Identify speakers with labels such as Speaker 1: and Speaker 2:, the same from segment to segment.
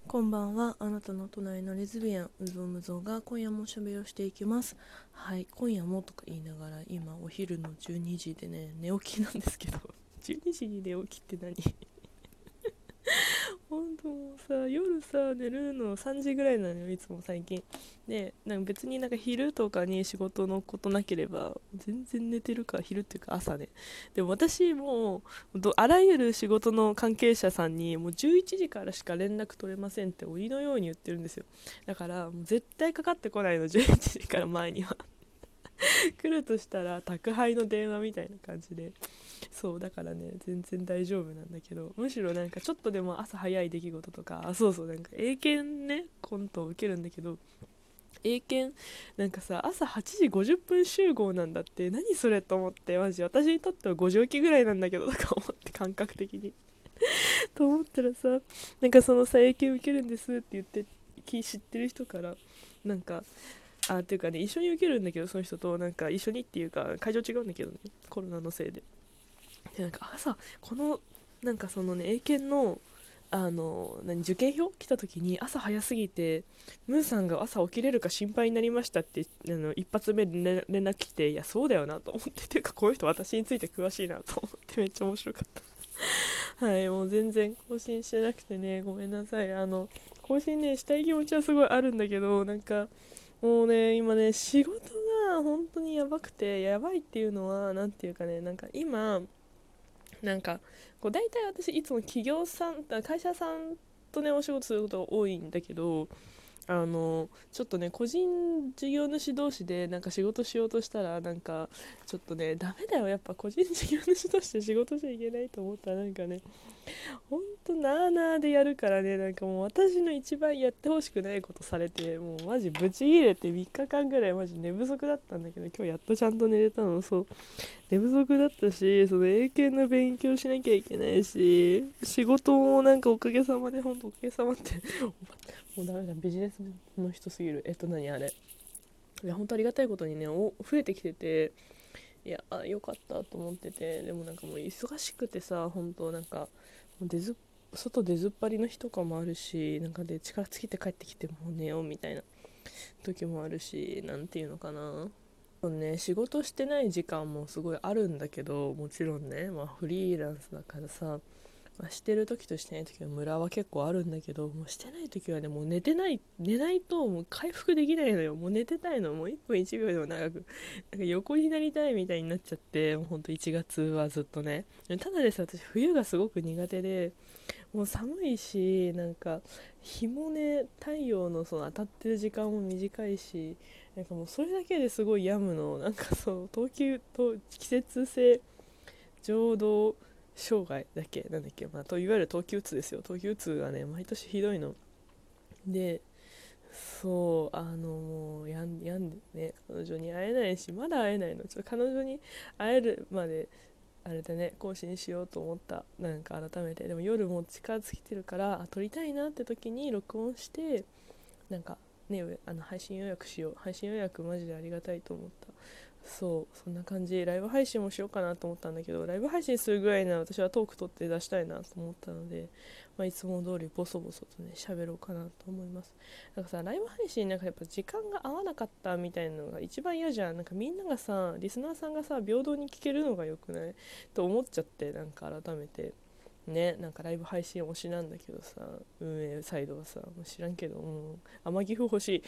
Speaker 1: こんばんは。あなたの隣のレズビアン、うぞうむぞうが今夜もおしゃべりをしていきます。はい、今夜もとか言いながら、今お昼の12時でね、寝起きなんですけど、12時に寝起きって何？本当もうさ、夜さ、寝るの3時ぐらいなのよ、いつも最近。で、なんか別になんか昼とかに仕事のことなければ、全然寝てるから、昼っていうか朝ね。でも私もあらゆる仕事の関係者さんに、もう11時からしか連絡取れませんって鬼のように言ってるんですよ。だから、もう絶対かかってこないの、11時から前には。来るとしたら宅配の電話みたいな感じで。そうだからね、全然大丈夫なんだけど、むしろなんかちょっとでも朝早い出来事とか、そうそう、なんか英検ねコントを受けるんだけど、英検なんかさ、朝8時50分集合なんだって。何それと思って、マジ私にとっては5時起きぐらいなんだけどとか思って、感覚的にと思ったらさ、なんかそのさ、英検受けるんですって言って知ってる人から、なんかっていうかね、一緒に受けるんだけど、その人となんか一緒にっていうか会場違うんだけどね、コロナのせいで。でなんか朝このなんかそのね、英検の受験票来た時に朝早すぎて、ムーさんが朝起きれるか心配になりましたって一発目で連絡来て、いやそうだよなと思って、ていうかこの人私について詳しいなと思って、めっちゃ面白かった。はい、もう全然更新してなくてね、ごめんなさい。更新ねしたい気持ちはすごいあるんだけど、なんかもうね、今ね、仕事が本当にやばくて、やばいっていうのはなんていうかね、なんか今なんかこう大体私いつも企業さん会社さんとねお仕事することが多いんだけど、ちょっとね個人事業主同士でなんか仕事しようとしたら、なんかちょっとねダメだよ、やっぱ個人事業主として仕事しちゃいけないと思ったら、なんかね、ほんとなーなーでやるからね、なんかもう私の一番やってほしくないことされて、もうマジブチ切れて3日間ぐらいマジ寝不足だったんだけど、今日やっとちゃんと寝れたの。そう、寝不足だったし、その英検の勉強しなきゃいけないし、仕事もなんかおかげさまで、ほんとおかげさまってもうダメだ、ビジネスの人すぎる。何あれ。いや、ほんとありがたいことにね、増えてきてて、いや、よかったと思ってて、でもなんかもう忙しくてさ、本当なんか、もう外出ずっぱりの日とかもあるし、なんかで力尽きて帰ってきてもう寝ようみたいな時もあるし、なんていうのかな。ね、仕事してない時間もすごいあるんだけど、もちろんね、まあ、フリーランスだからさ、まあ、してる時としてない時はムラは結構あるんだけど、もうしてない時はね、もう寝ないともう回復できないのよ。もう寝てたいの、もう1分1秒でも長く、なんか横になりたいみたいになっちゃって、もうほんと1月はずっとね。ただでさ、私冬がすごく苦手で、もう寒いし、なんか日もね、太陽のその当たってる時間も短いし、なんかもうそれだけですごい病むの。なんかそう冬季と季節性情動障害だっけ、なんだっけ、まあ、いわゆる冬季うつですよ。冬季うつがね毎年ひどいので、そう、もう病んでね、彼女に会えないし、まだ会えないの。ちょっと彼女に会えるまであれだね、更新しようと思った。なんか改めて。でも夜も近づいてるから、撮りたいなって時に録音して、なんかね、配信予約しよう。配信予約マジでありがたいと思った。そう、そんな感じ。ライブ配信もしようかなと思ったんだけど、ライブ配信するぐらいなら私はトーク撮って出したいなと思ったので、まあ、いつも通りボソボソとね喋ろうかなと思います。なんかさ、ライブ配信なんかやっぱ時間が合わなかったみたいなのが一番嫌じゃん。なんかみんながさ、リスナーさんがさ平等に聞けるのが良くないと思っちゃって、なんか改めてね、なんかライブ配信推しなんだけどさ、運営サイドはさ、もう知らんけど、天岐阜欲しい。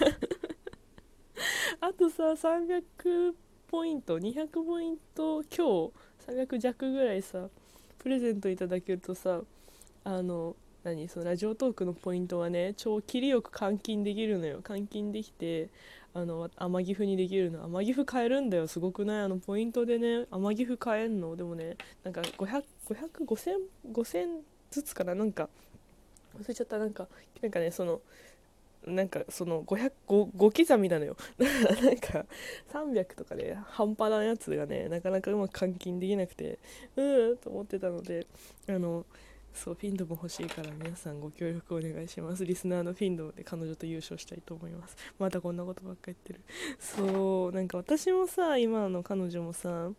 Speaker 1: あとさ、300ポイント200ポイント今日300弱ぐらいさプレゼントいただけるとさ、あのそのラジオトークのポイントはね、超切りよく換金できるのよ。換金できて、天岐阜にできるの。天岐阜買えるんだよ。すごくない？ポイントでね天岐阜買えんの。でもね、なんか500 5000 5000ずつかな、なんか忘れちゃった。なんかね、その5刻みなのよ。だからなんか300とかで、半端なやつがねなかなかうまく換金できなくて、と思ってたので、あのそう、フィンドも欲しいから皆さんご協力お願いします。リスナーのフィンドで彼女と優勝したいと思います。またこんなことばっか言ってる。そう、なんか私もさ、今の彼女もさ、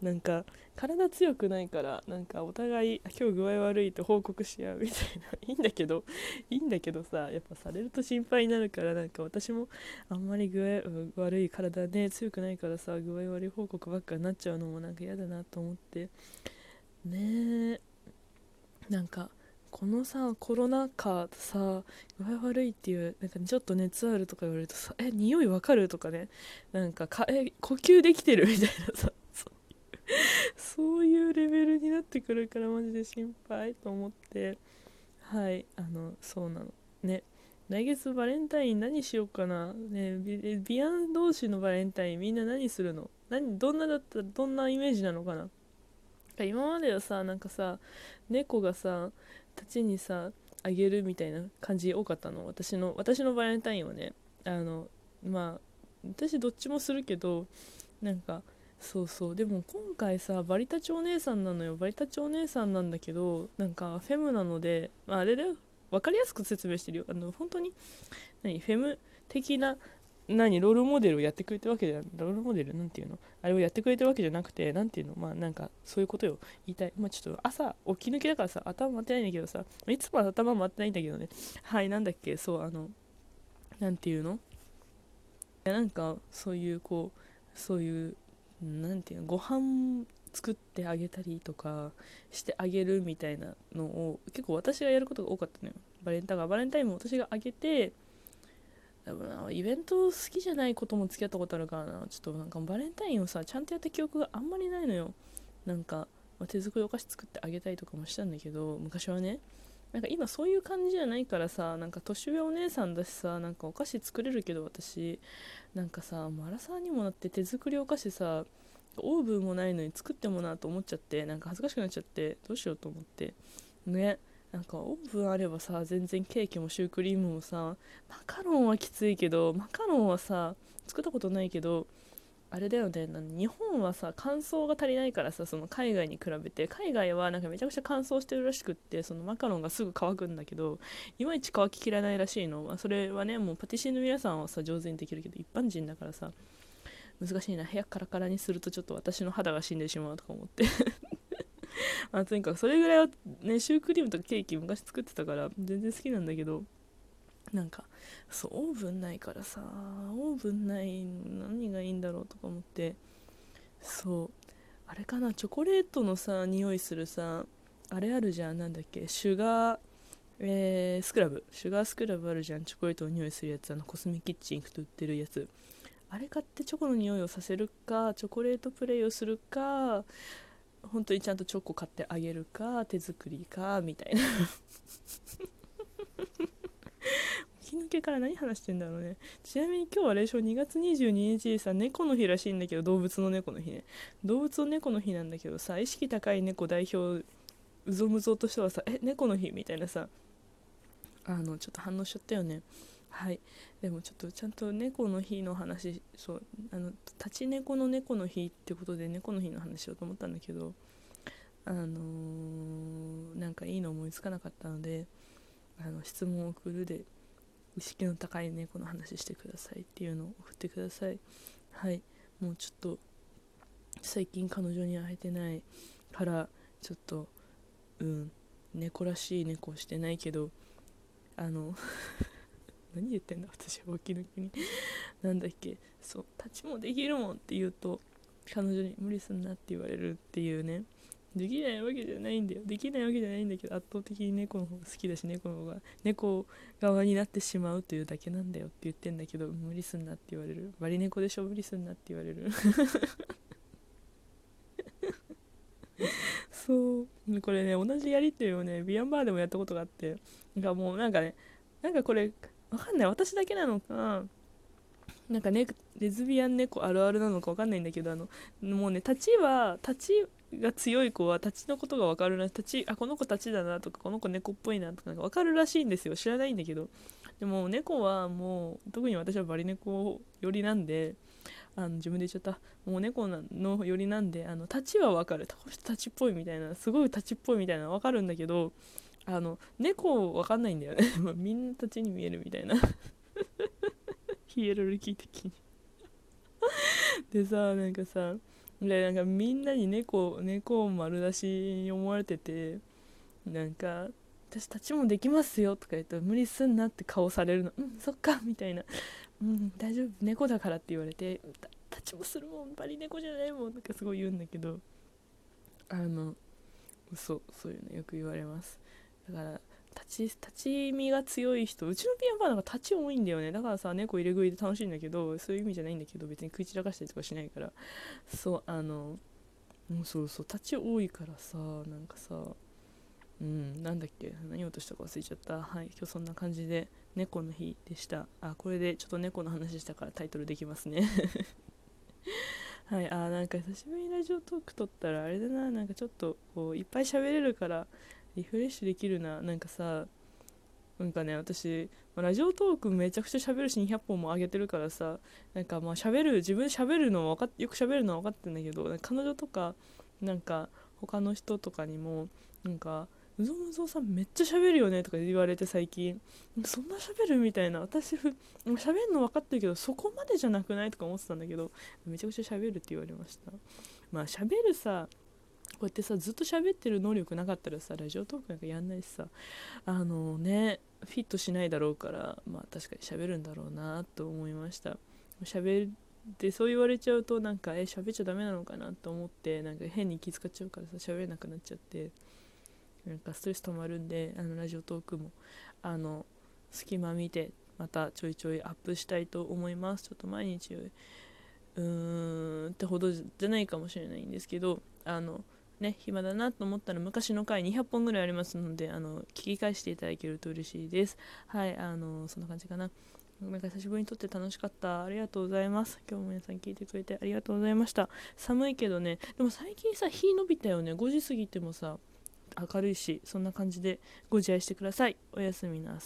Speaker 1: なんか体強くないから、なんかお互い今日具合悪いと報告し合うみたいないいんだけどさ、やっぱされると心配になるから、なんか私もあんまり具合悪い体ね強くないからさ、具合悪い報告ばっかになっちゃうのもなんか嫌だなと思ってね。なんかこのさコロナ禍さ、具合悪いっていう、なんかちょっと熱あるとか言われるとさ、匂いわかるとかね、なんか呼吸できてるみたいなさ、そういうレベルになってくるからマジで心配と思って。はい、そうなのね。来月バレンタイン何しようかなね。ビアン同士のバレンタインみんな何するの？どんなだったらどんなイメージなのかな。今まではさ、なんかさ、猫がさたちにさあげるみたいな感じ多かったの。私のバレンタインはね、まあ私どっちもするけど、なんかそうそう。でも今回さバリタチお姉さんなのよ。バリタチお姉さんなんだけど、なんかフェムなので、あれだよ、分かりやすく説明してるよ。本当にフェム的なロールモデルをやってくれてるわけじゃ、ロールモデルなんていうの、あれをやってくれてるわけじゃなくて、なんていうの、なんかそういうことよ言いたい。ちょっと朝起き抜きだからさ頭回ってないんだけどさ、いつも頭回ってないんだけどね。はい、なんだっけ、そうなんていうの、なんかそういうそういうなんていうの、ご飯作ってあげたりとかしてあげるみたいなのを結構私がやることが多かったのよ。バレンタインも私があげて、多分イベント好きじゃないことも付き合ったことあるからな。ちょっとなんかバレンタインをさちゃんとやった記憶があんまりないのよ。なんか、手作りお菓子作ってあげたりとかもしたんだけど、昔はね。なんか今そういう感じじゃないからさ、なんか年上お姉さんだしさ、なんかお菓子作れるけど、私なんかさ、もうアラサーにもなって手作りお菓子さ、オーブンもないのに作ってもなと思っちゃって、なんか恥ずかしくなっちゃって、どうしようと思ってね。なんかオーブンあればさ、全然ケーキもシュークリームもさ、マカロンはきついけど、マカロンはさ作ったことないけど、あれだよね、日本はさ乾燥が足りないからさ、その海外に比べて、海外はなんかめちゃくちゃ乾燥してるらしくって、そのマカロンがすぐ乾くんだけど、いまいち乾ききらないらしいの。それはね、もうパティシエの皆さんはさ上手にできるけど、一般人だからさ難しいな。部屋カラカラにするとちょっと私の肌が死んでしまうとか思ってとにかくそれぐらいはね、シュークリームとかケーキ昔作ってたから全然好きなんだけど、なんかそうオーブンないからさ、オーブンない何がいいんだろうとか思って。そう、あれかな、チョコレートのさ匂いするさ、あれあるじゃん、なんだっけ、シュガー、スクラブ、シュガースクラブあるじゃん、チョコレートの匂いするやつ。コスメキッチン行くと売ってるやつ。あれ買ってチョコの匂いをさせるか、チョコレートプレイをするか、本当にちゃんとチョコ買ってあげるか、手作りかみたいな気抜けから何話してんだろうね。ちなみに今日は例勝2月22日でさ、猫の日らしいんだけど、動物の猫の日ね。動物の猫の日なんだけどさ、意識高い猫代表うぞむぞとしてはさ、猫の日みたいなさ、ちょっと反応しちゃったよね。はい。でもちょっとちゃんと猫の日の話、そう立ち猫の猫の日ってことで猫の日の話しようと思ったんだけど、なんかいいの思いつかなかったので、質問を送るで意識の高い猫の話してくださいっていうのを送ってください。はい。もうちょっと最近彼女に会えてないからちょっと猫らしい猫をしてないけど、何言ってんだ私は起き抜きになんだっけ、そう立ちもできるもんって言うと彼女に無理すんなって言われるっていうね。できないわけじゃないんだよ、できないわけじゃないんだけど、圧倒的に猫の方が好きだし、猫の方が猫側になってしまうというだけなんだよって言ってんだけど、無理すんなって言われる。バリ猫でしょ、無理すんなって言われるそうこれね、同じやりとりをねビアンバーでもやったことがあって、もうなんかね、なんかこれわかんない、私だけなのかなんかね、レズビアン猫あるあるなのかわかんないんだけど、もうね、立ちが強い子は立ちのことがわかるな、この子立ちだなとか、この子猫っぽいなとか、なんかわかるらしいんですよ。知らないんだけど。でも猫はもう特に私はバリ猫寄りなんで、自分で言っちゃった。もう猫の寄りなんで、立ちはわかる、この人立ちっぽいみたいな、すごい立ちっぽいみたいなわかるんだけど、猫わかんないんだよねみんな立ちに見えるみたいなヒエラルキー的にでさ、なんかさ、 でなんかみんなに猫を丸出しに思われてて、なんか私たちもできますよとか言うと無理すんなって顔されるの、うんそっかみたいな、うん大丈夫猫だからって言われて、たちもするもんバリ猫じゃないもんとかすごい言うんだけど、あのそういうのよく言われます。だから立ち身が強い人、うちのピアノバーなんか立ち多いんだよね。だからさ猫入れ食いで楽しいんだけど、そういう意味じゃないんだけど、別に食い散らかしたりとかしないから、そうそう立ち多いからさ、なんかさ、なんだっけ、何言おうとしたか忘れちゃった。はい、今日そんな感じで猫の日でした。これでちょっと猫の話したからタイトルできますね。はい、なんか久しぶりにラジオトーク撮ったらあれだな、なんかちょっとこういっぱい喋れるからリフレッシュできるな。なんかさ、なんかね、私、ラジオトークめちゃくちゃ喋るし200本も上げてるからさ、なんか自分喋るの分かって、よく喋るのは分かってるんだけど、なんか彼女とか、なんか他の人とかにも、なんか、うぞむぞさんめっちゃ喋るよねとか言われて最近、そんな喋るみたいな、私、喋るの分かってるけど、そこまでじゃなくないとか思ってたんだけど、めちゃくちゃ喋るって言われました。喋るさ、こうやってさずっと喋ってる能力なかったらさラジオトークなんかやんないしさ、フィットしないだろうから、確かに喋るんだろうなと思いました。喋ってそう言われちゃうとなんか喋っちゃダメなのかなと思って、なんか変に気遣っちゃうからさ喋れなくなっちゃって、なんかストレス溜まるんで、ラジオトークも隙間見てまたちょいちょいアップしたいと思います。ちょっと毎日ってほどじゃないかもしれないんですけど、暇だなと思ったら昔の回200本ぐらいありますので、聞き返していただけると嬉しいです。はい、そんな感じかな。なんか久しぶりに撮って楽しかった。ありがとうございます。今日も皆さん聞いてくれてありがとうございました。寒いけどね、でも最近さ、日伸びたよね。5時過ぎてもさ、明るいし、そんな感じでご自愛してください。おやすみなさい。